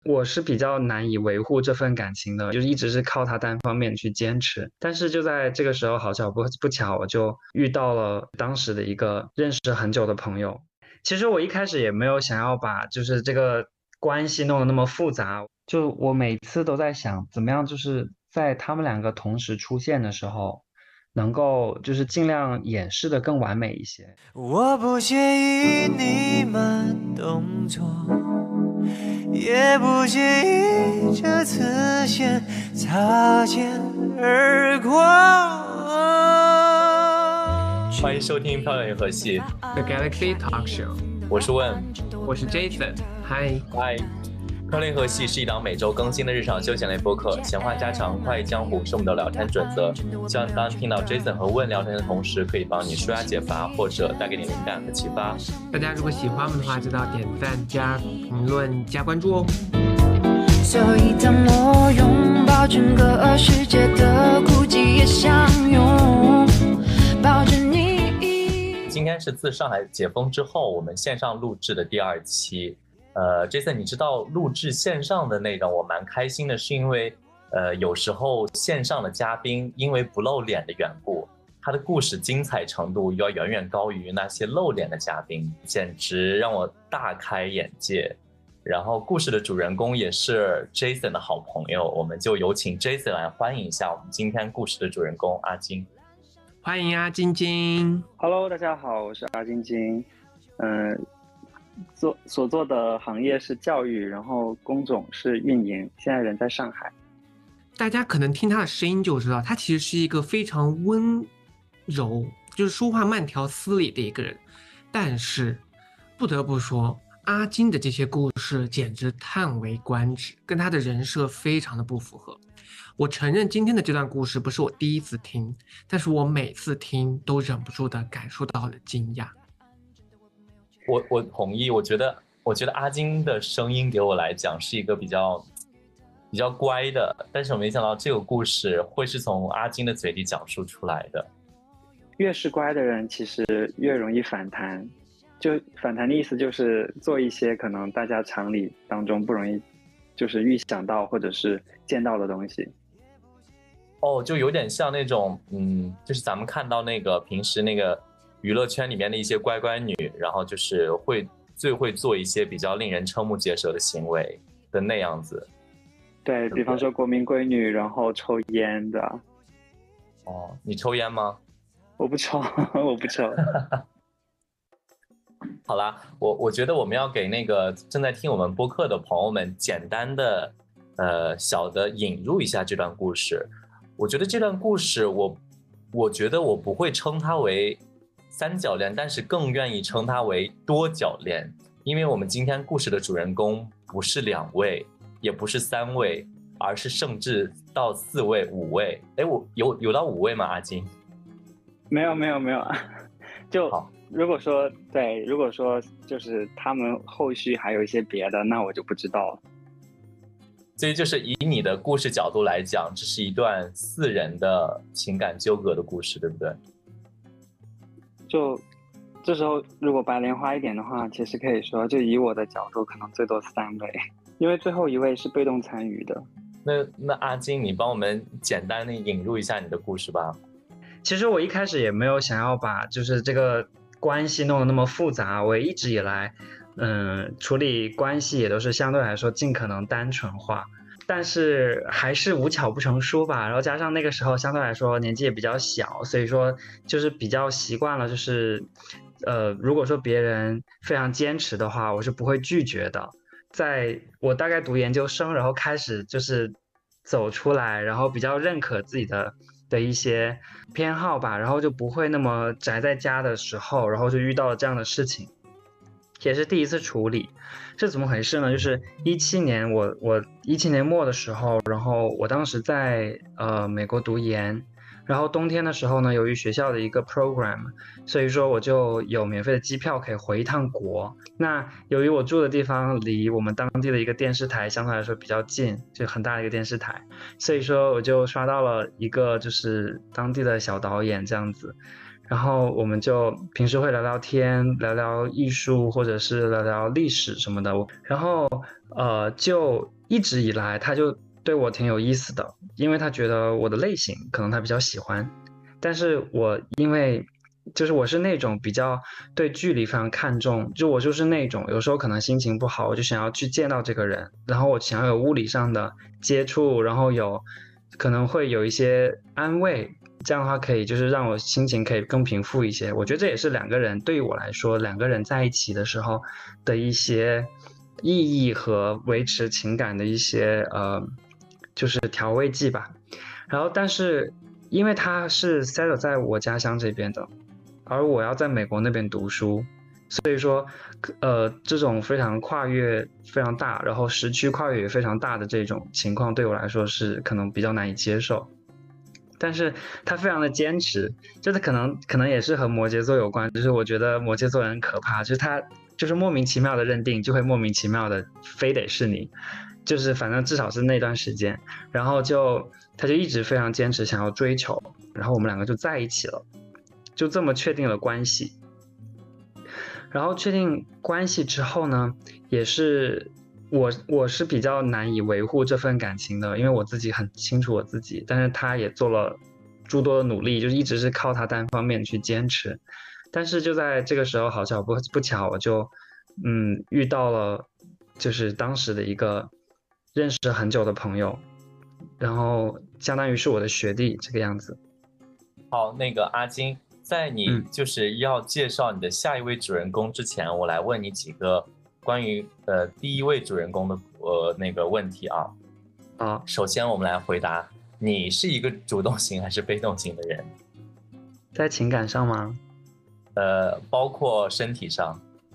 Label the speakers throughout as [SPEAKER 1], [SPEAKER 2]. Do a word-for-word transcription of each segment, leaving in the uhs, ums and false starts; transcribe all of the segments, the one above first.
[SPEAKER 1] 我是比较难以维护这份感情的，就是一直是靠他单方面去坚持。但是就在这个时候，好巧不不巧，我就遇到了当时的一个认识很久的朋友。其实我一开始也没有想要把就是这个关系弄得那么复杂，就我每次都在想，怎么样就是在他们两个同时出现的时候，能够就是尽量掩饰的更完美一些。
[SPEAKER 2] 我不介意你慢动作，也不介意这次先擦肩而过。
[SPEAKER 3] 欢迎收听《漂亮银河系》
[SPEAKER 4] The Galaxy Talk Show，
[SPEAKER 3] 我是问，
[SPEAKER 4] 我是 Jason， 嗨
[SPEAKER 3] 嗨。漂亮银河系是一档每周更新的日常休闲类播客，闲话家常、快意江湖是我们的聊天准则。希望当听到 Jason 和问聊天的同时，可以帮你舒压解乏，或者带给你灵感和启发。
[SPEAKER 4] 大家如果喜欢我们的话，记得点赞、加评论、加关注哦。
[SPEAKER 2] 所以当我拥抱整个世界的孤寂也相拥抱着你。
[SPEAKER 3] 今天是自上海解封之后，我们线上录制的第二期。呃 ，Jason， 你知道录制线上的内容我蛮开心的，是因为呃有时候线上的嘉宾因为不露脸的缘故，他的故事精彩程度要远远高于那些露脸的嘉宾，简直让我大开眼界。然后故事的主人公也是 Jason 的好朋友，我们就有请 Jason 来欢迎一下我们今天故事的主人公阿金。
[SPEAKER 4] 欢迎啊，晶晶。
[SPEAKER 1] Hello， 大家好，我是阿晶晶。嗯、呃，做所做的行业是教育，然后工种是运营，现在人在上海。
[SPEAKER 4] 大家可能听他的声音就知道，他其实是一个非常温柔，就是说话慢条斯理的一个人。但是不得不说，阿金的这些故事简直叹为观止，跟他的人设非常的不符合。我承认今天的这段故事不是我第一次听，但是我每次听都忍不住的感受到了惊讶。
[SPEAKER 3] 我我同意，我觉得我觉得阿金的声音给我来讲是一个比较比较乖的，但是我没想到这个故事会是从阿金的嘴里讲述出来的。
[SPEAKER 1] 越是乖的人，其实越容易反弹。就反弹的意思就是做一些可能大家常理当中不容易就是预想到或者是见到的东西。
[SPEAKER 3] 哦，就有点像那种嗯，就是咱们看到那个平时那个娱乐圈里面的一些乖乖女，然后就是会最会做一些比较令人瞠目结舌的行为的那样子。
[SPEAKER 1] 对，比方说国民闺女，然后抽烟的。
[SPEAKER 3] 哦，你抽烟吗？
[SPEAKER 1] 我不抽，我不抽。
[SPEAKER 3] 好啦，我我觉得我们要给那个正在听我们播客的朋友们简单的呃小的引入一下这段故事。我觉得这段故事我我觉得我不会称它为三角恋，但是更愿意称它为多角恋，因为我们今天故事的主人公不是两位，也不是三位，而是甚至到四位、五位。哎，我有有到五位吗？阿金？
[SPEAKER 1] 没有没有没有，就如果说对，如果说就是他们后续还有一些别的，那我就不知道了。
[SPEAKER 3] 所以就是以你的故事角度来讲，这是一段四人的情感纠葛的故事，对不对？
[SPEAKER 1] 就这时候如果白莲花一点的话，其实可以说就以我的角度可能最多三位，因为最后一位是被动参与的。
[SPEAKER 3] 那那阿金，你帮我们简单的引入一下你的故事吧。
[SPEAKER 1] 其实我一开始也没有想要把就是这个关系弄得那么复杂，我一直以来嗯，处理关系也都是相对来说尽可能单纯化，但是还是无巧不成书吧。然后加上那个时候相对来说年纪也比较小，所以说就是比较习惯了，就是呃，如果说别人非常坚持的话，我是不会拒绝的。在我大概读研究生，然后开始就是走出来，然后比较认可自己的的一些偏好吧，然后就不会那么宅在家的时候，然后就遇到了这样的事情。也是第一次处理，是怎么回事呢？就是一七年我我一七年末的时候，然后我当时在呃美国读研，然后冬天的时候呢，由于学校的一个 program， 所以说我就有免费的机票可以回一趟国。那由于我住的地方离我们当地的一个电视台相对来说比较近，就很大的一个电视台，所以说我就刷到了一个就是当地的小导演这样子。 然后我们就平时会聊聊天，聊聊艺术或者是聊聊历史什么的。然后呃，就一直以来他就对我挺有意思的，因为他觉得我的类型可能他比较喜欢，但是我因为就是我是那种比较对距离非常看重，就我就是那种有时候可能心情不好，我就想要去见到这个人，然后我想要有物理上的接触，然后有可能会有一些安慰，这样的话可以就是让我心情可以更平复一些。我觉得这也是两个人对于我来说，两个人在一起的时候的一些意义和维持情感的一些呃，就是调味剂吧。然后但是因为他是 settle 在我家乡这边的，而我要在美国那边读书，所以说呃这种非常跨越非常大，然后时区跨越也非常大的这种情况对我来说是可能比较难以接受。但是他非常的坚持，就是可能可能也是和摩羯座有关，就是我觉得摩羯座人很可怕，就是他就是莫名其妙的认定，就会莫名其妙的非得是你，就是反正至少是那段时间，然后就他就一直非常坚持想要追求，然后我们两个就在一起了，就这么确定了关系。然后确定关系之后呢，也是我我是比较难以维护这份感情的，因为我自己很清楚我自己，但是他也做了诸多的努力，就是一直是靠他单方面去坚持。但是就在这个时候，好巧不不巧，我就嗯遇到了就是当时的一个认识很久的朋友，然后相当于是我的学弟这个样子。
[SPEAKER 3] 好，那个阿金，在你就是要介绍你的下一位主人公之前，嗯、我来问你几个关于呃第一位主人公的呃那个问题啊。
[SPEAKER 1] 啊，
[SPEAKER 3] 首先我们来回答，你是一个主动型还是被动型的人？
[SPEAKER 1] 在情感上吗？
[SPEAKER 3] 呃，包括身体上。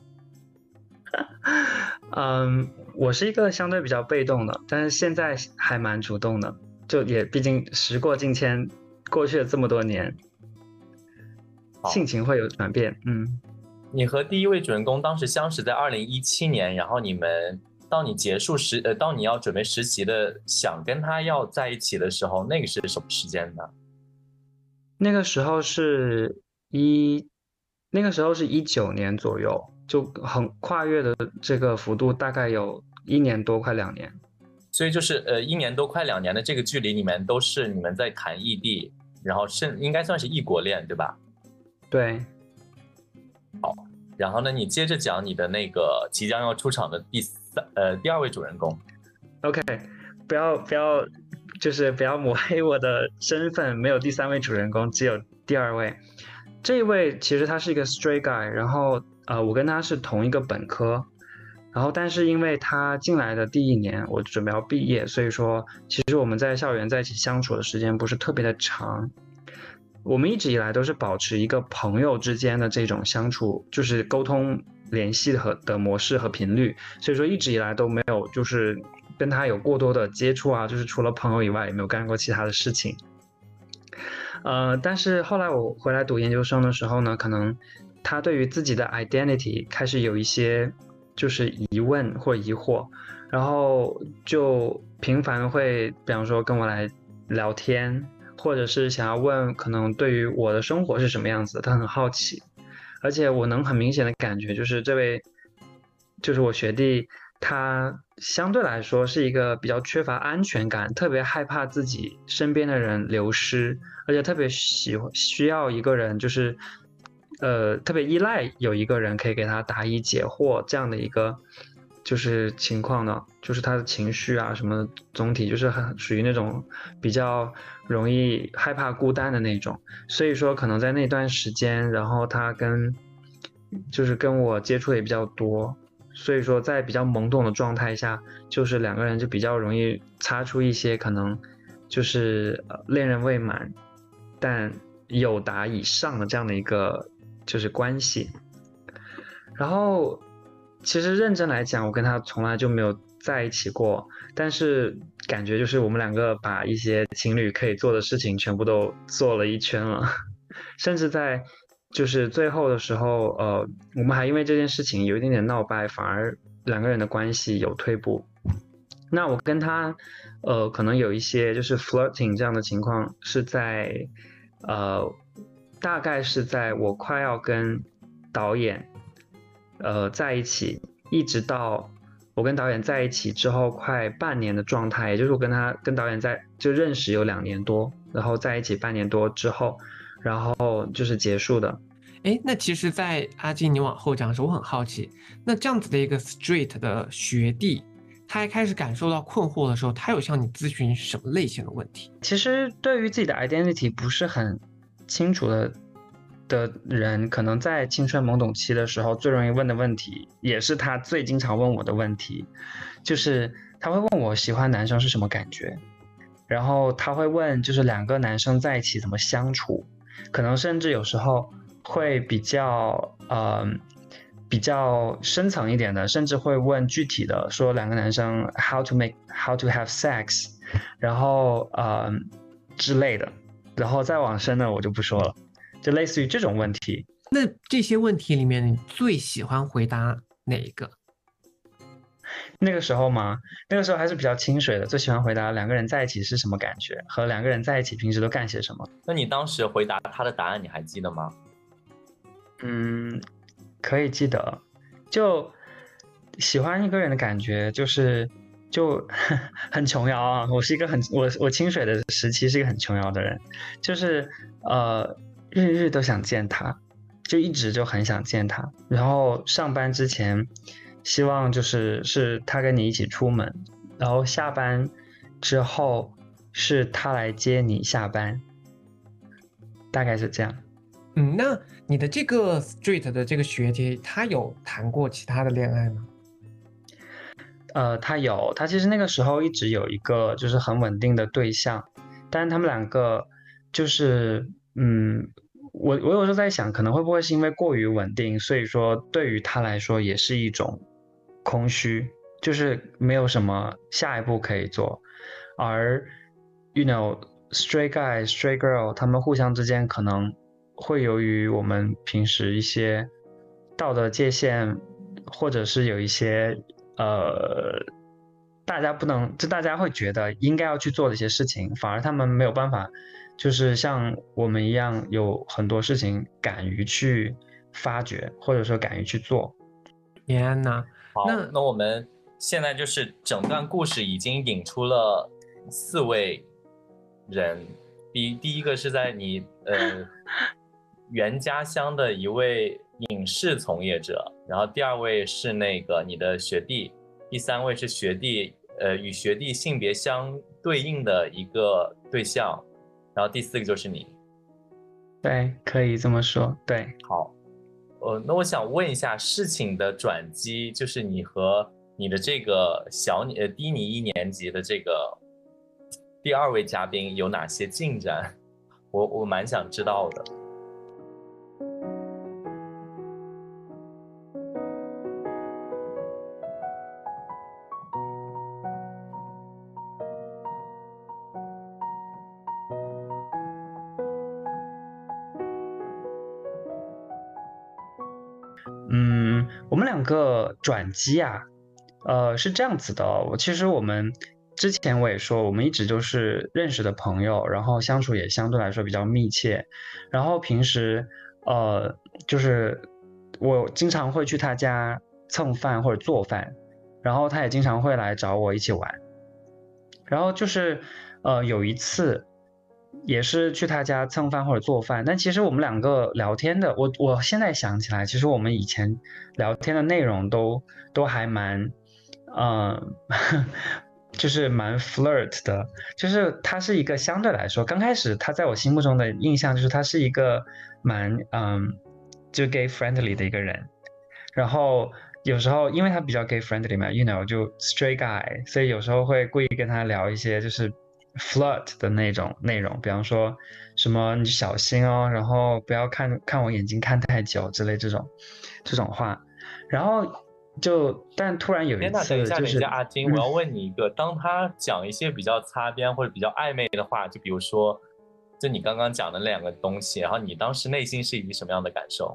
[SPEAKER 1] 嗯，我是一个相对比较被动的，但是现在还蛮主动的，就也毕竟时过境迁，过去了这么多年，性情会有转变。嗯，
[SPEAKER 3] 你和第一位主人公当时相识在二零一七年，然后你们到你结束实呃，到你要准备实习的，想跟他要在一起的时候，那个是什么时间呢？
[SPEAKER 1] 那个时候是一，那个时候是一九年左右，就很跨越的这个幅度大概有一年多，快两年。
[SPEAKER 3] 所以就是呃一年多快两年的这个距离里面，都是你们在谈异地，然后是应该算是异国恋，对吧？
[SPEAKER 1] 对。
[SPEAKER 3] 好，然后呢，你接着讲你的那个即将要出场的第三呃第二位主人公。
[SPEAKER 1] OK， 不要不要，就是不要抹黑我的身份，没有第三位主人公，只有第二位。这一位其实他是一个 straight guy， 然后呃我跟他是同一个本科，然后但是因为他进来的第一年我准备要毕业，所以说其实我们在校园在一起相处的时间不是特别的长。我们一直以来都是保持一个朋友之间的这种相处，就是沟通联系和的模式和频率，所以说一直以来都没有就是跟他有过多的接触啊，就是除了朋友以外也没有干过其他的事情。呃，但是后来我回来读研究生的时候呢，可能他对于自己的 identity 开始有一些就是疑问或疑惑，然后就频繁会比方说跟我来聊天，或者是想要问可能对于我的生活是什么样子，他很好奇。而且我能很明显的感觉，就是这位就是我学弟，他相对来说是一个比较缺乏安全感，特别害怕自己身边的人流失，而且特别喜欢需要一个人，就是呃特别依赖有一个人可以给他答疑解惑这样的一个就是情况呢，就是他的情绪啊什么总体就是很属于那种比较容易害怕孤单的那种。所以说可能在那段时间，然后他跟就是跟我接触也比较多，所以说在比较懵懂的状态下，就是两个人就比较容易擦出一些可能就是呃恋人未满但有达以上的这样的一个就是关系。然后其实认真来讲，我跟他从来就没有在一起过，但是感觉就是我们两个把一些情侣可以做的事情全部都做了一圈了，甚至在就是最后的时候，呃，我们还因为这件事情有一点点闹掰，反而两个人的关系有退步。那我跟他，呃，可能有一些就是 flirting 这样的情况是在，呃， 大概是在我快要跟导演呃在一起，一直到我跟导演在一起之后快半年的状态，也就是我跟他跟导演在就认识有两年多，然后在一起半年多之后，然后就是结束的。
[SPEAKER 4] 哎，那其实，在阿金你往后讲的时候，我很好奇，那这样子的一个 straight 的学弟，他一开始感受到困惑的时候，他有向你咨询什么类型的问题？
[SPEAKER 1] 其实对于自己的 identity 不是很清楚的的人，可能在青春懵懂期的时候，最容易问的问题，也是他最经常问我的问题，就是他会问我喜欢男生是什么感觉，然后他会问就是两个男生在一起怎么相处，可能甚至有时候会比较呃比较深层一点的，甚至会问具体的，说两个男生 how to make how to have sex， 然后呃之类的，然后再往深的我就不说了，就类似于这种问题。
[SPEAKER 4] 那这些问题里面，你最喜欢回答哪一个？
[SPEAKER 1] 那个时候嘛，那个时候还是比较清水的，最喜欢回答两个人在一起是什么感觉，和两个人在一起平时都干些什么。
[SPEAKER 3] 那你当时回答他的答案你还记得吗？
[SPEAKER 1] 嗯，可以记得，就喜欢一个人的感觉就是就很琼瑶啊，我是一个很我我清水的时期是一个很琼瑶的人，就是呃日日都想见他，就一直就很想见他，然后上班之前希望就是是他跟你一起出门，然后下班之后是他来接你下班，大概是这样。
[SPEAKER 4] 嗯，那你的这个 straight 的这个学姐，她有谈过其他的恋爱吗？
[SPEAKER 1] 呃，他有，他其实那个时候一直有一个就是很稳定的对象，但是他们两个就是，嗯，我我有时候在想，可能会不会是因为过于稳定，所以说对于他来说也是一种空虚，就是没有什么下一步可以做，而 you know straight guy straight girl 他们互相之间可能会由于我们平时一些道德界限，或者是有一些呃，大家不能，就大家会觉得应该要去做的一些事情，反而他们没有办法，就是像我们一样有很多事情敢于去发掘，或者说敢于去做。
[SPEAKER 4] 天哪，
[SPEAKER 3] 好，
[SPEAKER 4] 那
[SPEAKER 3] 那我们现在就是整段故事已经引出了四位人，第第一个是在你呃原家乡的一位影视从业者，然后第二位是那个你的学弟，第三位是学弟呃与学弟性别相对应的一个对象，然后第四个就是你。
[SPEAKER 1] 对，可以这么说，对。
[SPEAKER 3] 好，呃，那我想问一下，事情的转机就是你和你的这个小你呃低你一年级的这个第二位嘉宾有哪些进展？我我蛮想知道的。
[SPEAKER 1] 嗯，我们两个转机啊，呃，是这样子的哦。我其实我们之前我也说，我们一直就是认识的朋友，然后相处也相对来说比较密切。然后平时呃，就是我经常会去他家蹭饭或者做饭，然后他也经常会来找我一起玩。然后就是呃有一次。也是去他家蹭饭或者做饭，但其实我们两个聊天的，我我现在想起来，其实我们以前聊天的内容都都还蛮，嗯、呃，就是蛮 flirt 的，就是他是一个相对来说，刚开始他在我心目中的印象就是他是一个蛮嗯，就 gay friendly 的一个人，然后有时候因为他比较 gay friendly 嘛 ，you know 就 straight guy， 所以有时候会故意跟他聊一些就是。flirt 的那种内容，比方说什么你小心哦，然后不要看看我眼睛看太久之类这种这种话，然后就但突然有一次
[SPEAKER 3] 等一下，
[SPEAKER 1] 就是
[SPEAKER 3] 等一下，阿金，我要问你一个，当他讲一些比较擦边或者比较暧昧的话，就比如说，就你刚刚讲的那两个东西，然后你当时内心是一个什么样的感受？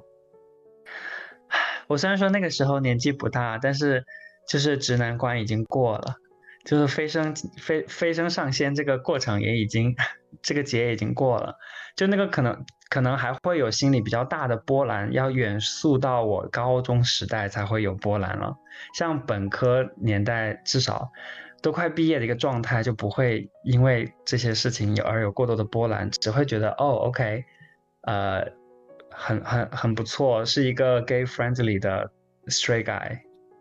[SPEAKER 1] 我虽然说那个时候年纪不大，但是就是直男关已经过了。 就是飞升飞飞升上仙这个过程也已经这个节也已经过了，就那个可能可能还会有心理比较大的波澜，要远溯到我高中时代才会有波澜了。像本科年代至少都快毕业的一个状态，就不会因为这些事情而有过多的波澜，只会觉得哦 OK 呃很很很不错，是一个 gay friendly 的 straight guy。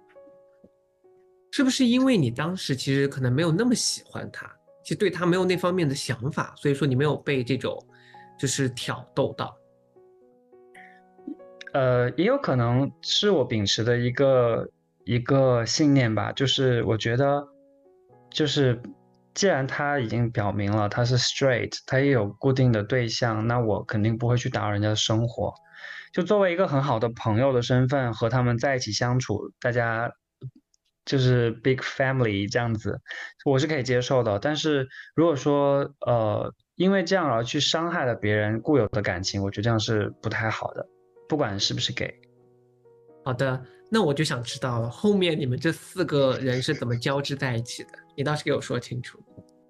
[SPEAKER 4] 是不是因为你当时其实可能没有那么喜欢他，其实对他没有那方面的想法，所以说你没有被这种就是挑逗到？
[SPEAKER 1] 呃，也有可能是我秉持的一个一个信念吧，就是我觉得，就是既然他已经表明了他是 straight，他也有固定的对象，那我肯定不会去打扰人家的生活。就作为一个很好的朋友的身份和他们在一起相处，大家就是 big family 这样子，我是可以接受的。但是如果说呃因为这样而去伤害了别人固有的感情，我觉得这样是不太好的，不管是不是 gay。
[SPEAKER 4] 好的，那我就想知道了，后面你们这四个人是怎么交织在一起的？你倒是给我说清楚。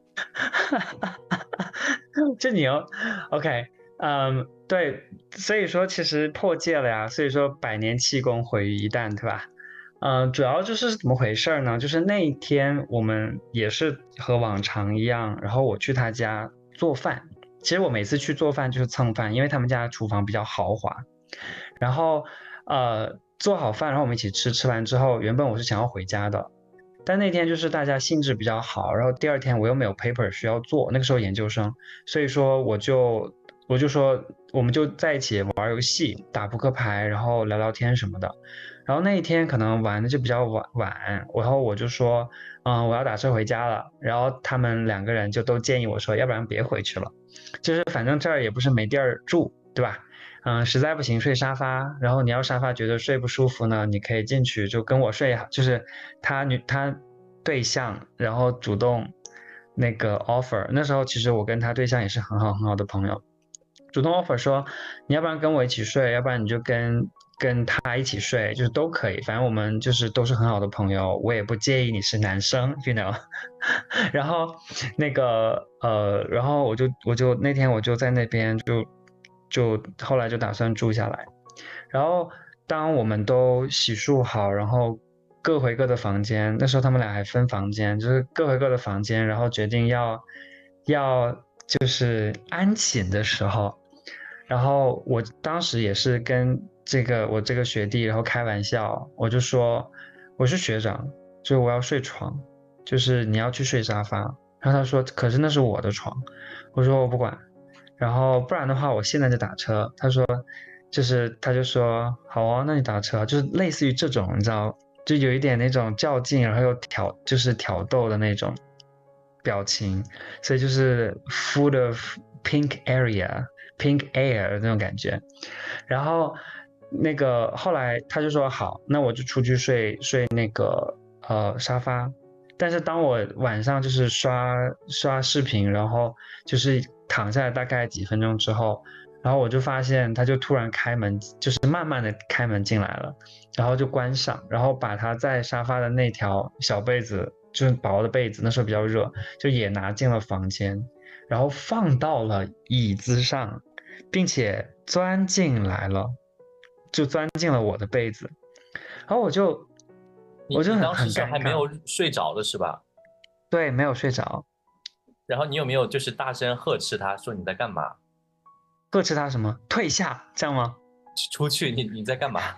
[SPEAKER 1] 这你哦 OK， 嗯，对，所以说其实破戒了呀，所以说百年气功毁于一旦，对吧？嗯，主要就是怎么回事呢？就是那一天我们也是和往常一样，然后我去他家做饭。其实我每次去做饭就是蹭饭，因为他们家厨房比较豪华。然后呃做好饭，然后我们一起吃，吃完之后，原本我是想要回家的，但那天就是大家兴致比较好，然后第二天我又没有 paper 需要做，那个时候研究生，所以说我就我就说我们就在一起玩游戏，打扑克牌，然后聊聊天什么的。然后那一天可能玩的就比较晚晚，然后我就说，嗯，我要打车回家了。然后他们两个人就都建议我说，要不然别回去了，就是反正这儿也不是没地儿住，对吧？嗯，实在不行睡沙发，然后你要沙发觉得睡不舒服呢，你可以进去就跟我睡，就是他女他对象，然后主动那个 offer。那时候其实我跟他对象也是很好很好的朋友，主动 offer 说，你要不然跟我一起睡，要不然你就跟跟他一起睡，就是都可以，反正我们就是都是很好的朋友，我也不介意你是男生，you know。然后那个呃，然后我就我就那天我就在那边就就后来就打算住下来。然后当我们都洗漱好，然后各回各的房间，那时候他们俩还分房间，就是各回各的房间，然后决定要要就是安寝的时候，然后我当时也是跟这个我这个学弟然后开玩笑，我就说我是学长，所以我要睡床，就是你要去睡沙发。然后他说可是那是我的床，我说我不管，然后不然的话我现在就打车。他说就是他就说好啊，那你打车，就是类似于这种你知道，就有一点那种较劲，然后又挑就是挑逗的那种表情，所以就是 full of pink area pink air 那种感觉。然后那个后来他就说好，那我就出去睡睡那个呃沙发。但是当我晚上就是刷刷视频，然后就是躺下来大概几分钟之后，然后我就发现他就突然开门，就是慢慢的开门进来了，然后就关上，然后把他在沙发的那条小被子，就是薄的被子，那时候比较热，就也拿进了房间，然后放到了椅子上，并且钻进来了，就钻进了我的被子。然后我就我就很
[SPEAKER 3] 你你当时
[SPEAKER 1] 很尴
[SPEAKER 3] 是还没有
[SPEAKER 1] 尬。
[SPEAKER 3] 睡着的是吧？
[SPEAKER 1] 对，没有睡着。
[SPEAKER 3] 然后你有没有就是大声呵斥他说你在干嘛？
[SPEAKER 1] 呵斥他什么？退下，这样吗？
[SPEAKER 3] 出去，你你在干嘛？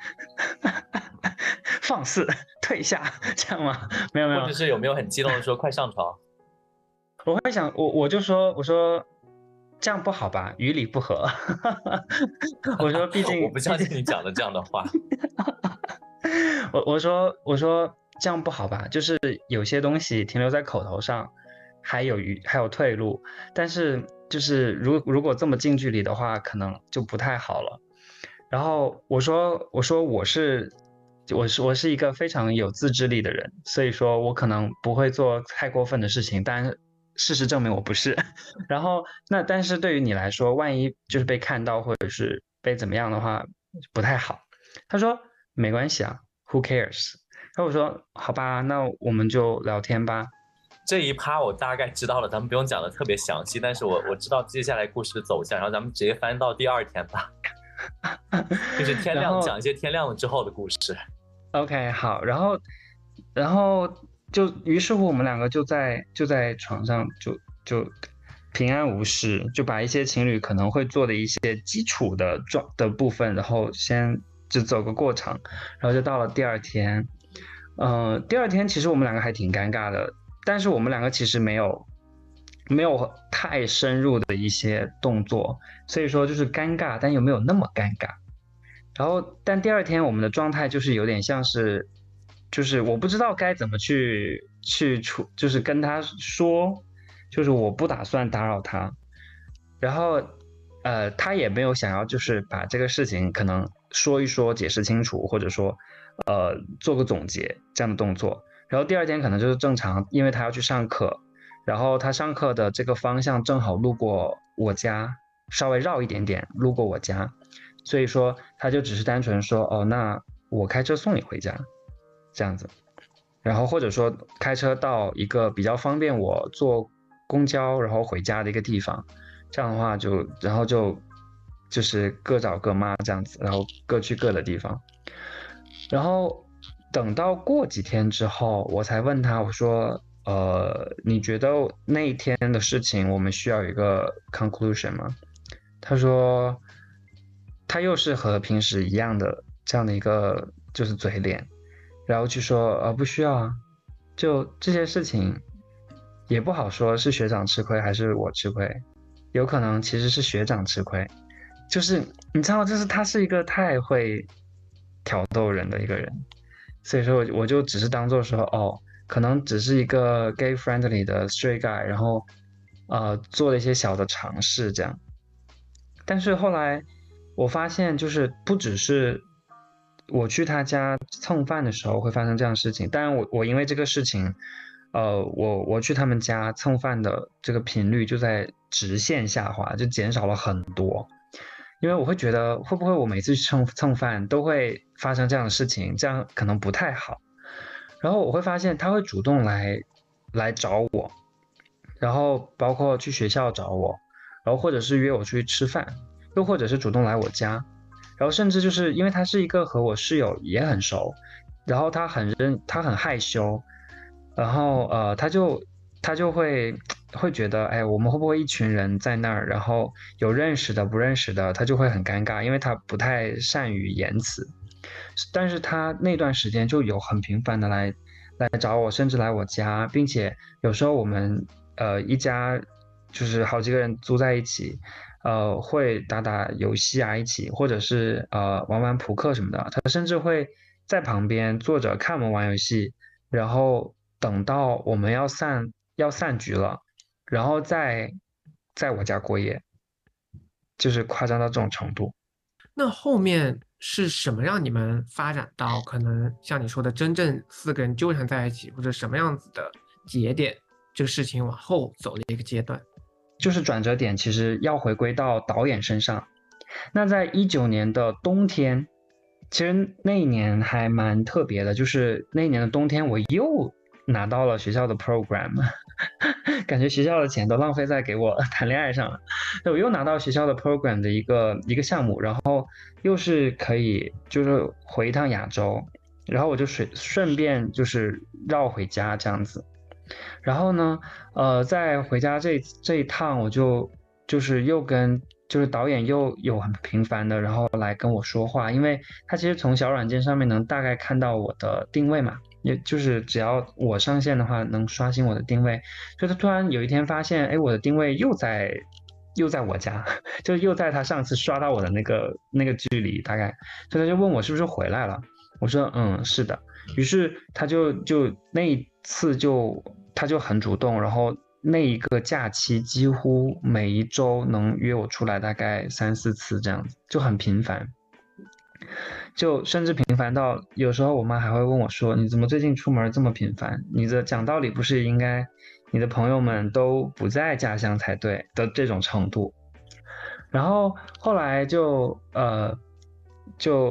[SPEAKER 1] 放肆，退下，这样吗？没有没有
[SPEAKER 3] 或者，是有没有很激动的说快上床？
[SPEAKER 1] 我会想，我我就说，我说这样不好吧，于理不合。我说，毕竟
[SPEAKER 3] 我不相信你讲的这样的话。
[SPEAKER 1] 我我说我说这样不好吧，就是有些东西停留在口头上，还有余还有退路，但是就是如如果这么近距离的话，可能就不太好了。然后我说我说我是我是我是一个非常有自制力的人，所以说我可能不会做太过分的事情，但事实证明我不是。然后那但是对于你来说，万一就是被看到或者是被怎么样的话，不太好。他说没关系啊，Who cares？然后我说好吧，那我们就聊天吧。
[SPEAKER 3] 这一趴我大概知道了，咱们不用讲的特别详细，但是我我知道接下来故事的走向，然后咱们直接翻到第二天吧，就是天亮，讲一些天亮了之后的故事。
[SPEAKER 1] OK， 好，然后然后就于是乎我们两个就在就在床上就就平安无事，就把一些情侣可能会做的一些基础的状的部分，然后先就走个过场，然后就到了第二天。呃，第二天其实我们两个还挺尴尬的，但是我们两个其实没有没有太深入的一些动作，所以说就是尴尬，但又没有那么尴尬。然后，但第二天我们的状态就是有点像是，就是我不知道该怎么去去处，就是跟他说，就是我不打算打扰他，然后呃，他也没有想要就是把这个事情可能说一说，解释清楚，或者说呃做个总结这样的动作。然后第二天可能就是正常，因为他要去上课，然后他上课的这个方向正好路过我家，稍微绕一点点路过我家，所以说他就只是单纯说哦，那我开车送你回家这样子，然后或者说开车到一个比较方便我坐公交然后回家的一个地方，这样的话就然后就就是各找各妈这样子，然后各去各的地方。然后等到过几天之后，我才问他，我说呃你觉得那一天的事情我们需要有一个 conclusion 吗？他说他又是和平时一样的这样的一个就是嘴脸，然后就说呃不需要啊，就这些事情也不好说是学长吃亏还是我吃亏，有可能其实是学长吃亏，就是你知道，就是他是一个太会挑逗人的一个人，所以说我就只是当做说哦，可能只是一个 gay friendly 的 straight guy， 然后呃做了一些小的尝试这样。但是后来我发现，就是不只是我去他家蹭饭的时候会发生这样的事情，当然我我因为这个事情，呃，我我去他们家蹭饭的这个频率就在直线下滑，就减少了很多。因为我会觉得会不会我每次去蹭蹭饭都会发生这样的事情，这样可能不太好。然后我会发现他会主动来来找我，然后包括去学校找我，然后或者是约我出去吃饭，又或者是主动来我家，然后甚至就是因为他是一个和我室友也很熟，然后他很认他很害羞，然后呃他就他就会会觉得哎我们会不会一群人在那儿，然后有认识的不认识的，他就会很尴尬，因为他不太善于言辞，但是他那段时间就有很频繁的来来找我，甚至来我家，并且有时候我们呃一家就是好几个人租在一起，呃会打打游戏啊一起，或者是呃玩玩扑克什么的，他甚至会在旁边坐着看我们玩游戏，然后等到我们要散要散局了，然后再在我家过夜，就是夸张到这种程度。
[SPEAKER 4] 那后面是什么让你们发展到可能像你说的真正四个人纠缠在一起，或者什么样子的节点，这个事情往后走的一个阶段？
[SPEAKER 1] 就是转折点其实要回归到导演身上。那在一九年的冬天，其实那一年还蛮特别的，就是那一年的冬天我又拿到了学校的 program， 感觉学校的钱都浪费在给我谈恋爱上了。我又拿到学校的 program 的一个一个项目，然后又是可以就是回一趟亚洲，然后我就顺顺便就是绕回家这样子。然后呢，呃，在回家这这一趟，我就就是又跟就是导演又有很频繁的，然后来跟我说话，因为他其实从小软件上面能大概看到我的定位嘛，也就是只要我上线的话，能刷新我的定位，所以他突然有一天发现，哎，我的定位又在又在我家，就又在他上次刷到我的那个那个距离大概，所以他就问我是不是回来了，我说嗯是的，于是他就就那一次就他就很主动，然后那一个假期几乎每一周能约我出来大概三四次这样子，就很频繁，就甚至频繁到有时候我妈还会问我说你怎么最近出门这么频繁，你的讲道理不是应该你的朋友们都不在家乡才对的这种程度。然后后来就呃就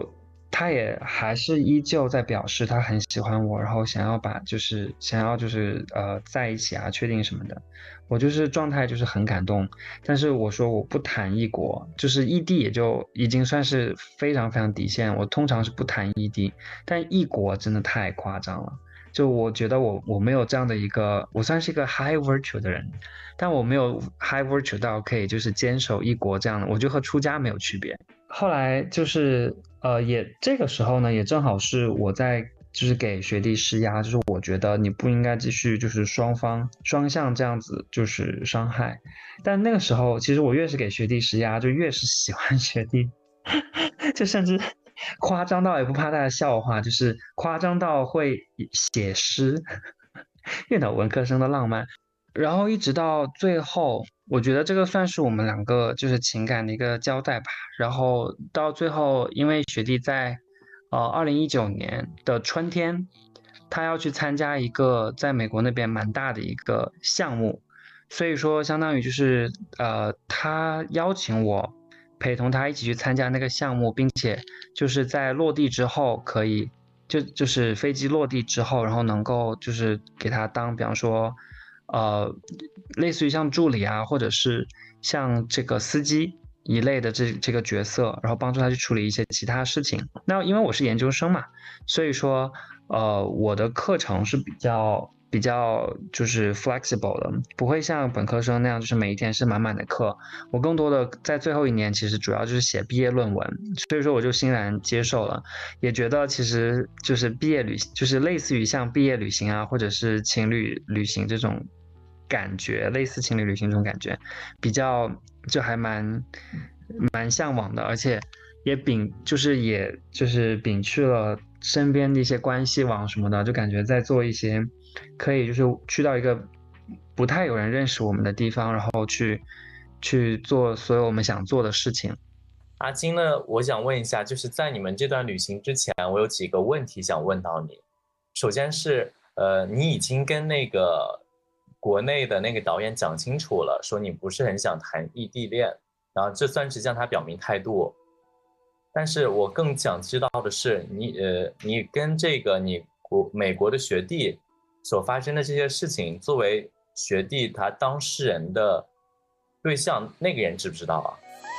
[SPEAKER 1] 他也还是依旧在表示他很喜欢我，然后想要把就是想要就是呃在一起啊，确定什么的。我就是状态就是很感动，但是我说我不谈异国，就是异地也就已经算是非常非常底线。我通常是不谈异地，但异国真的太夸张了。就我觉得我我没有这样的一个，我算是一个 high virtue 的人，但我没有 high virtue 到可以就是坚守异国这样的，我觉得和出家没有区别。后来就是呃，也这个时候呢，也正好是我在就是给学弟施压，就是我觉得你不应该继续就是双方双向这样子就是伤害。但那个时候，其实我越是给学弟施压，就越是喜欢学弟，就甚至夸张到也不怕大家笑话，就是夸张到会写诗，越脑文科生的浪漫。然后一直到最后，我觉得这个算是我们两个就是情感的一个交代吧。然后到最后，因为学弟在呃二零一九年的春天，他要去参加一个在美国那边蛮大的一个项目，所以说相当于就是呃他邀请我陪同他一起去参加那个项目，并且就是在落地之后可以就就是飞机落地之后，然后能够就是给他当比方说。呃，类似于像助理啊，或者是像这个司机一类的这这个角色，然后帮助他去处理一些其他事情。那因为我是研究生嘛，所以说呃我的课程是比较比较就是 flexible 的，不会像本科生那样就是每一天是满满的课。我更多的在最后一年其实主要就是写毕业论文，所以说我就欣然接受了，也觉得其实就是毕业旅行，就是类似于像毕业旅行啊，或者是情侣旅行这种。感觉类似情侣旅行这种感觉，比较就还蛮蛮向往的，而且也摒就是也就是摒去了身边的一些关系网什么的，就感觉在做一些可以就是去到一个不太有人认识我们的地方，然后去去做所有我们想做的事情。
[SPEAKER 3] 阿金呢，我想问一下，就是在你们这段旅行之前，我有几个问题想问到你。首先是，呃，你已经跟那个国内的那个导演讲清楚了，说你不是很想谈异地恋，然后这算是向他表明态度。但是我更想知道的是，你呃，你跟这个你国美国的学弟所发生的这些事情，作为学弟他当事人的对象，那个人知不知道啊？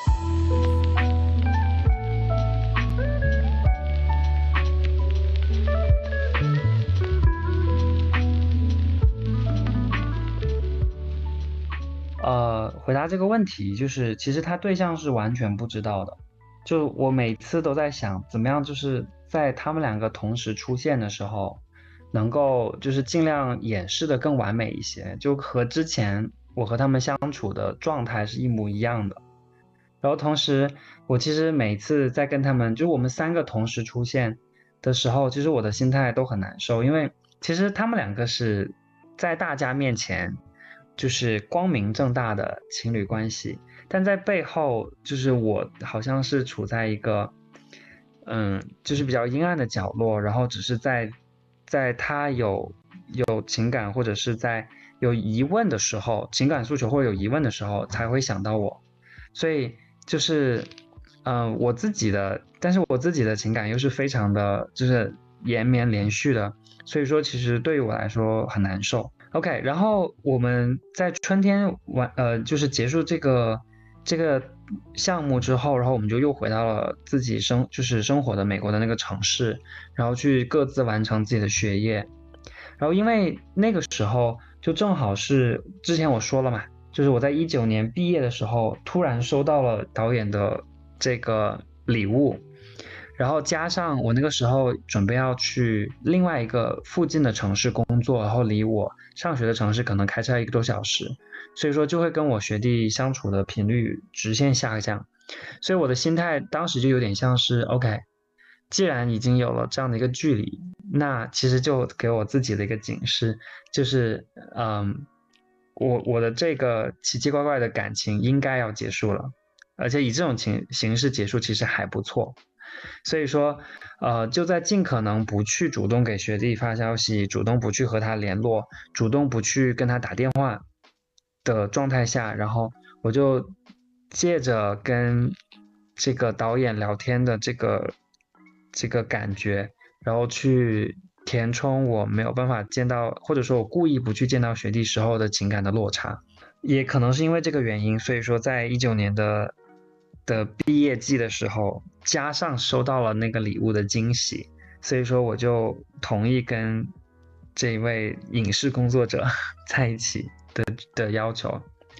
[SPEAKER 1] 呃，回答这个问题，就是其实他对象是完全不知道的。就我每次都在想，怎么样，就是在他们两个同时出现的时候，能够就是尽量演示的更完美一些，就和之前我和他们相处的状态是一模一样的。然后同时，我其实每次在跟他们，就我们三个同时出现的时候，其实我的心态都很难受，因为其实他们两个是在大家面前就是光明正大的情侣关系，但在背后就是我好像是处在一个嗯，就是比较阴暗的角落，然后只是在在他有有情感或者是在有疑问的时候，情感诉求或者有疑问的时候才会想到我，所以就是嗯、呃我自己的，但是我自己的情感又是非常的就是延绵连续的，所以说其实对于我来说很难受。OK，然后我们在春天完呃就是结束这个这个项目之后，然后我们就又回到了自己生就是生活的美国的那个城市，然后去各自完成自己的学业。然后因为那个时候就正好是之前我说了嘛，就是我在一九年毕业的时候，突然收到了导演的这个礼物，然后加上我那个时候准备要去另外一个附近的城市工作，然后离我上学的城市可能开车一个多小时，所以说就会跟我学弟相处的频率直线下降，所以我的心态当时就有点像是 OK， 既然已经有了这样的一个距离，那其实就给我自己的一个警示，就是嗯，我我的这个奇奇怪怪的感情应该要结束了，而且以这种情形式结束其实还不错。所以说，呃，就在尽可能不去主动给学弟发消息，主动不去和他联络，主动不去跟他打电话的状态下，然后我就借着跟这个导演聊天的这个这个感觉，然后去填充我没有办法见到，或者说我故意不去见到学弟时候的情感的落差。也可能是因为这个原因，所以说在一九年的的毕业季的时候，加上收到了那个礼物的惊喜，所以说我就同意跟这一位影视工作者在一起的的要求。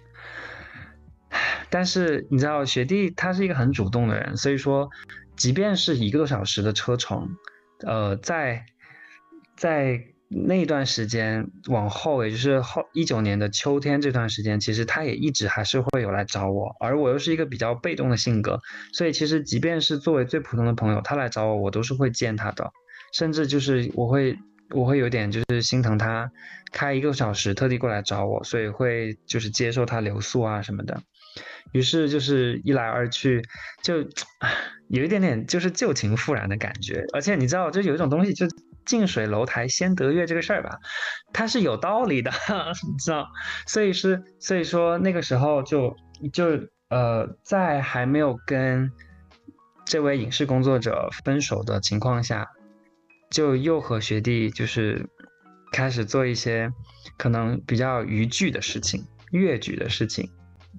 [SPEAKER 1] 但是你知道学弟他是一个很主动的人，所以说即便是一个多小时的车程，呃，在在那段时间往后，也就是后一九年的秋天这段时间，其实他也一直还是会有来找我，而我又是一个比较被动的性格，所以其实即便是作为最普通的朋友，他来找我，我都是会见他的，甚至就是我会我会有点就是心疼他开一个小时特地过来找我，所以会就是接受他留宿啊什么的。于是就是一来二去，就有一点点就是旧情复燃的感觉。而且你知道，就有一种东西，就近水楼台先得月这个事儿吧，它是有道理的，你知道。所以是所以说那个时候就就呃，在还没有跟这位影视工作者分手的情况下，就又和学弟就是开始做一些可能比较逾矩的事情、越矩的事情。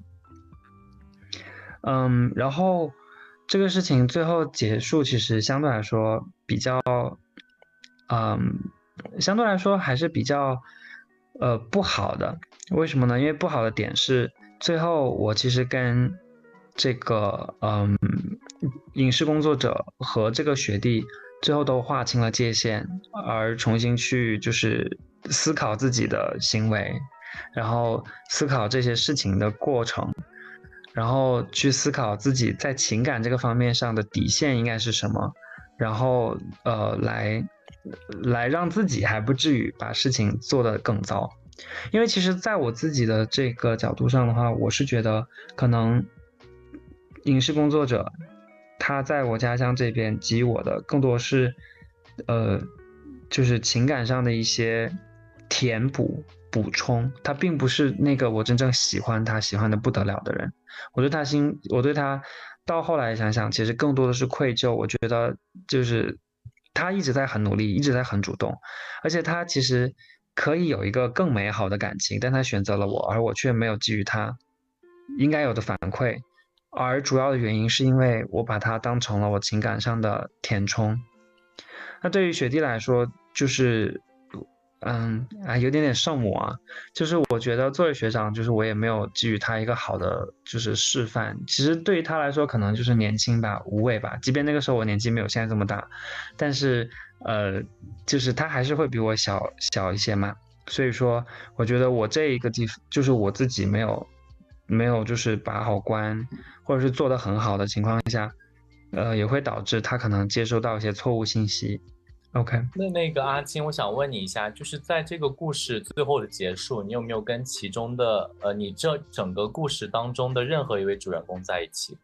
[SPEAKER 1] 嗯，然后这个事情最后结束，其实相对来说比较，嗯，相对来说还是比较，呃，不好的。为什么呢？因为不好的点是，最后我其实跟这个，嗯，影视工作者和这个学弟最后都划清了界限，而重新去就是思考自己的行为，然后思考这些事情的过程。然后去思考自己在情感这个方面上的底线应该是什么，然后呃来来让自己还不至于把事情做得更糟。因为其实在我自己的这个角度上的话，我是觉得可能影视工作者他在我家乡这边给予我的更多是呃就是情感上的一些填补补充，他并不是那个我真正喜欢他喜欢的不得了的人。我对他心，我对他到后来想想，其实更多的是愧疚。我觉得就是他一直在很努力，一直在很主动，而且他其实可以有一个更美好的感情，但他选择了我，而我却没有给予他应该有的反馈。而主要的原因是因为我把他当成了我情感上的填充。那对于学弟来说，就是嗯啊，有点点圣母啊，就是我觉得作为学长，就是我也没有给予他一个好的就是示范。其实对于他来说，可能就是年轻吧，无畏吧。即便那个时候我年纪没有现在这么大，但是呃，就是他还是会比我小小一些嘛。所以说，我觉得我这一个地方，就是我自己没有没有就是把好关，或者是做得很好的情况下，呃，也会导致他可能接收到一些错误信息。OK，
[SPEAKER 3] 那那个阿金，我想问你一下，就是在这个故事最后的结束，你有没有跟其中的呃，你这整个故事当中的任何一位主人公在一起？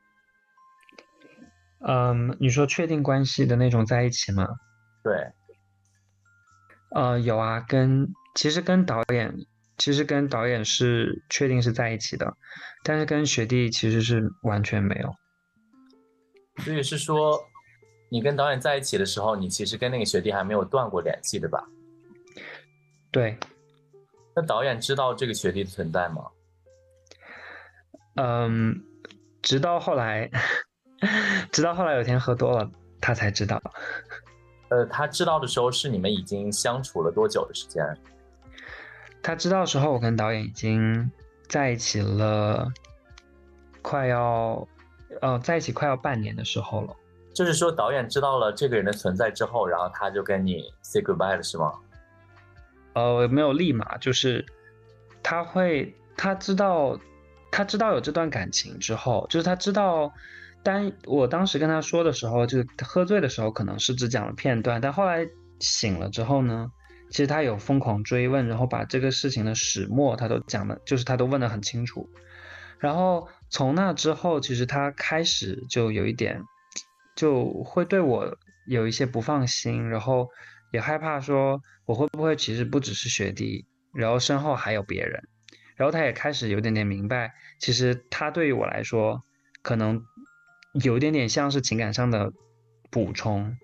[SPEAKER 1] 嗯，你说确定关系的那种在一起吗？
[SPEAKER 3] 对，
[SPEAKER 1] 呃，有啊，跟其实跟导演，其实跟导演是确定是在一起的，但是跟学弟其实是完全没有。
[SPEAKER 3] 所以是说，你跟导演在一起的时候，你其实跟那个学弟还没有断过联系，对吧？
[SPEAKER 1] 对，
[SPEAKER 3] 那导演知道这个学弟的存在吗？
[SPEAKER 1] 嗯，直到后来，直到后来有天喝多了，他才知道。
[SPEAKER 3] 呃，他知道的时候是你们已经相处了多久的时间？
[SPEAKER 1] 他知道的时候，我跟导演已经在一起了，快要，呃，在一起快要半年的时候了。
[SPEAKER 3] 就是说，导演知道了这个人的存在之后，然后他就跟你 say goodbye 了，是吗？
[SPEAKER 1] 呃，没有立马，就是他会，他知道，他知道有这段感情之后，就是他知道，但我当时跟他说的时候，就是喝醉的时候，可能是只讲了片段，但后来醒了之后呢，其实他有疯狂追问，然后把这个事情的始末他都讲的，就是他都问得很清楚。然后从那之后，其实他开始就有一点，就会对我有一些不放心，然后也害怕说我会不会其实不只是学弟，然后身后还有别人。然后他也开始有点点明白，其实他对于我来说，可能有一点点像是情感上的补充，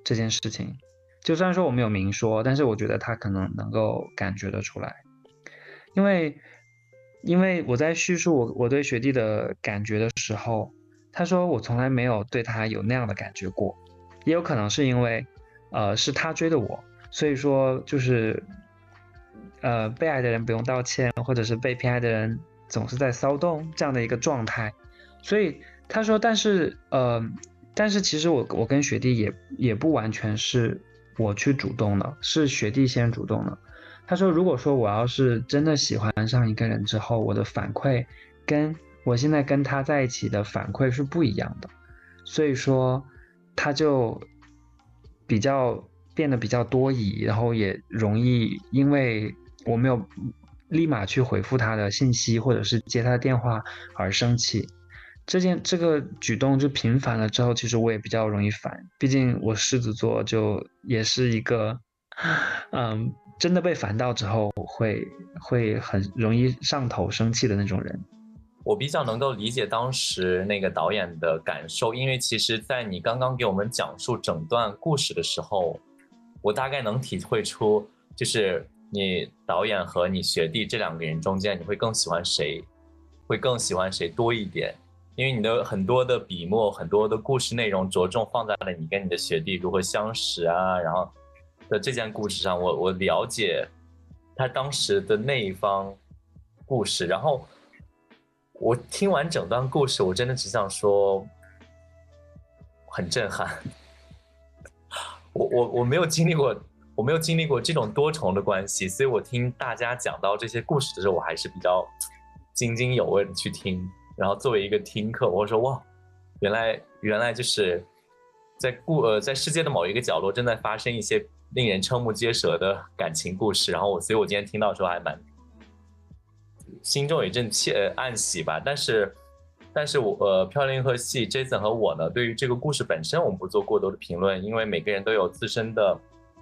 [SPEAKER 1] 这件事情。就虽然说我没有明说，但是我觉得他可能能够感觉得出来，因为因为我在叙述我我对学弟的感觉的时候，他说我从来没有对他有那样的感觉过，也有可能是因为呃是他追的我，所以说就是呃被爱的人不用道歉，或者是被偏爱的人总是在骚动这样的一个状态，所以他说但是呃但是其实我我跟学弟也也不完全是我去主动的，是学弟先主动的。他说如果说我要是真的喜欢上一个人之后，我的反馈跟我现在跟他在一起的反馈是不一样的，所以说他就比较变得比较多疑，然后也容易因为我没有立马去回复他的信息或者是接他的电话而生气。这件这个举动就频繁了之后，其实我也比较容易烦，毕竟我狮子座就也是一个嗯真的被烦到之后会会很容易上头生气的那种人。
[SPEAKER 3] 我比较能够理解当时那个导演的感受，因为其实在你刚刚给我们讲述整段故事的时候，我大概能体会出，就是你导演和你学弟这两个人中间，你会更喜欢谁，会更喜欢谁多一点，因为你的很多的笔墨，很多的故事内容着重放在了你跟你的学弟如何相识啊，然后的这件故事上，我我了解他当时的那一方故事，然后我听完整段故事，我真的只想说，很震撼。我我我没有经历过，我没有经历过这种多重的关系，所以我听大家讲到这些故事的时候，我还是比较津津有味的去听。然后作为一个听客，我说哇，原来原来就是在故呃在世界的某一个角落正在发生一些令人瞠目结舌的感情故事。然后我所以我今天听到的时候还蛮心中有一阵窃暗喜吧。但是但是我呃漂亮银河系 Jason 和我呢，对于这个故事本身我们不做过多的评论，因为每个人都有自身的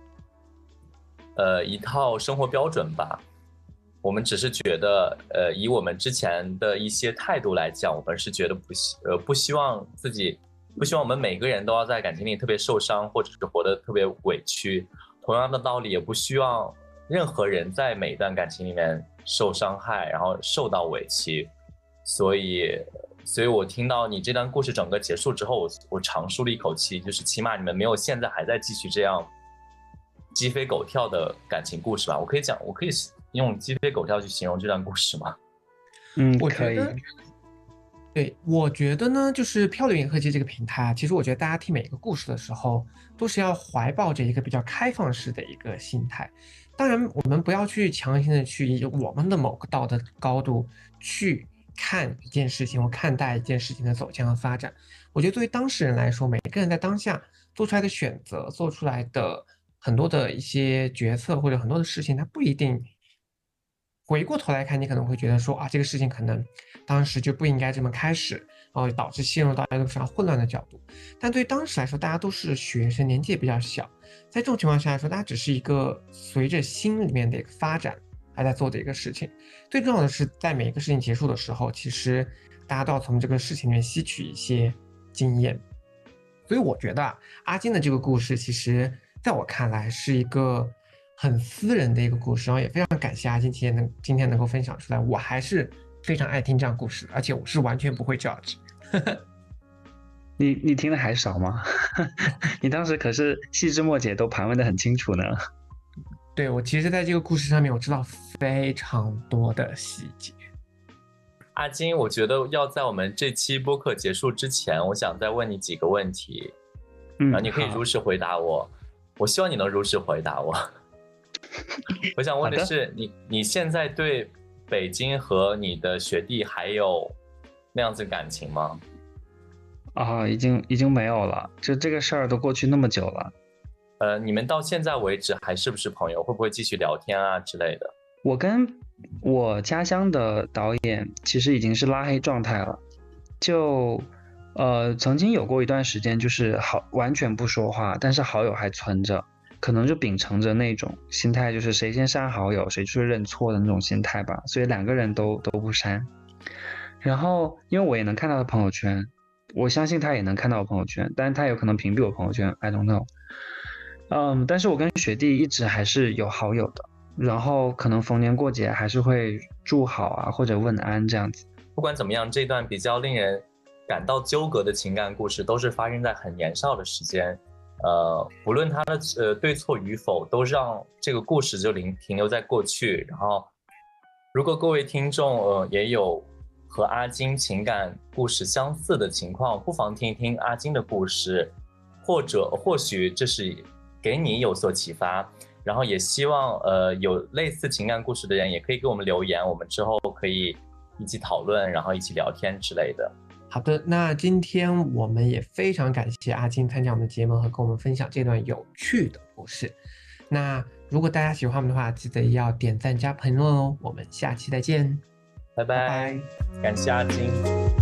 [SPEAKER 3] 呃一套生活标准吧。我们只是觉得，呃，以我们之前的一些态度来讲，我们是觉得不希，呃，不希望自己，不希望我们每个人都要在感情里特别受伤，或者是活得特别委屈。同样的道理，也不希望任何人在每一段感情里面受伤害，然后受到委屈。所以，所以我听到你这段故事整个结束之后，我我长舒了一口气，就是起码你们没有现在还在继续这样鸡飞狗跳的感情故事吧？我可以讲，我可以用鸡飞狗跳去形容这段故事吗？
[SPEAKER 1] 嗯，
[SPEAKER 4] 我觉得，对，我觉得呢，就是漂流银河系这个平台，其实我觉得大家听每一个故事的时候，都是要怀抱着一个比较开放式的一个心态。当然，我们不要去强行的去以我们的某个道德高度去看一件事情或看待一件事情的走向和发展。我觉得对于当事人来说，每个人在当下做出来的选择，做出来的很多的一些决策或者很多的事情，它不一定。回过头来看，你可能会觉得说啊，这个事情可能当时就不应该这么开始，然后导致陷入到一个非常混乱的角度。但对于当时来说，大家都是学生，年纪也比较小，在这种情况下来说，大家只是一个随着心里面的一个发展还在做的一个事情。最重要的是，在每一个事情结束的时候，其实大家都要从这个事情里面吸取一些经验。所以我觉得啊，阿金的这个故事，其实在我看来是一个很私人的一个故事，然后也非常感谢阿金今天能今天能够分享出来，我还是非常爱听这样故事，而且我是完全不会 judge。
[SPEAKER 1] 你你听的还少吗？你当时可是细枝末节都盘问的很清楚呢。
[SPEAKER 4] 对，我其实在这个故事上面我知道非常多的细节。
[SPEAKER 3] 阿金，我觉得要在我们这期播客结束之前，我想再问你几个问题，
[SPEAKER 1] 嗯，
[SPEAKER 3] 然后你可以如实回答我。我希望你能如实回答我。我想问的是，你你现在对北京和你的学弟还有那样子感情吗？
[SPEAKER 1] 啊，已经已经没有了，就这个事儿都过去那么久了。
[SPEAKER 3] 呃，你们到现在为止还是不是朋友？会不会继续聊天啊之类的？
[SPEAKER 1] 我跟我家乡的导演其实已经是拉黑状态了，就呃曾经有过一段时间就是好完全不说话，但是好友还存着，可能就秉承着那种心态，就是谁先删好友谁去认错的那种心态吧，所以两个人都都不删。然后因为我也能看到他朋友圈， 我相信他也能看到我朋友圈，但是他有可能屏蔽我朋友圈 I don't know。 嗯，但是我跟雪弟一直还是有好友的，然后可能逢年过节还是会祝好啊或者问安这样子。
[SPEAKER 3] 不管怎么样，这段比较令人感到纠葛的情感故事都是发生在很年少的时间，呃，不论它的呃对错与否，都让这个故事就停停留在过去。然后，如果各位听众呃也有和阿金情感故事相似的情况，不妨听一听阿金的故事，或者或许这是给你有所启发。然后也希望呃有类似情感故事的人也可以给我们留言，我们之后可以一起讨论，然后一起聊天之类的。
[SPEAKER 4] 好的，那今天我们也非常感谢阿金参加我们的节目和跟我们分享这段有趣的故事。那如果大家喜欢我们的话，记得要点赞加评论哦。我们下期再见，
[SPEAKER 3] 拜拜，感谢阿金。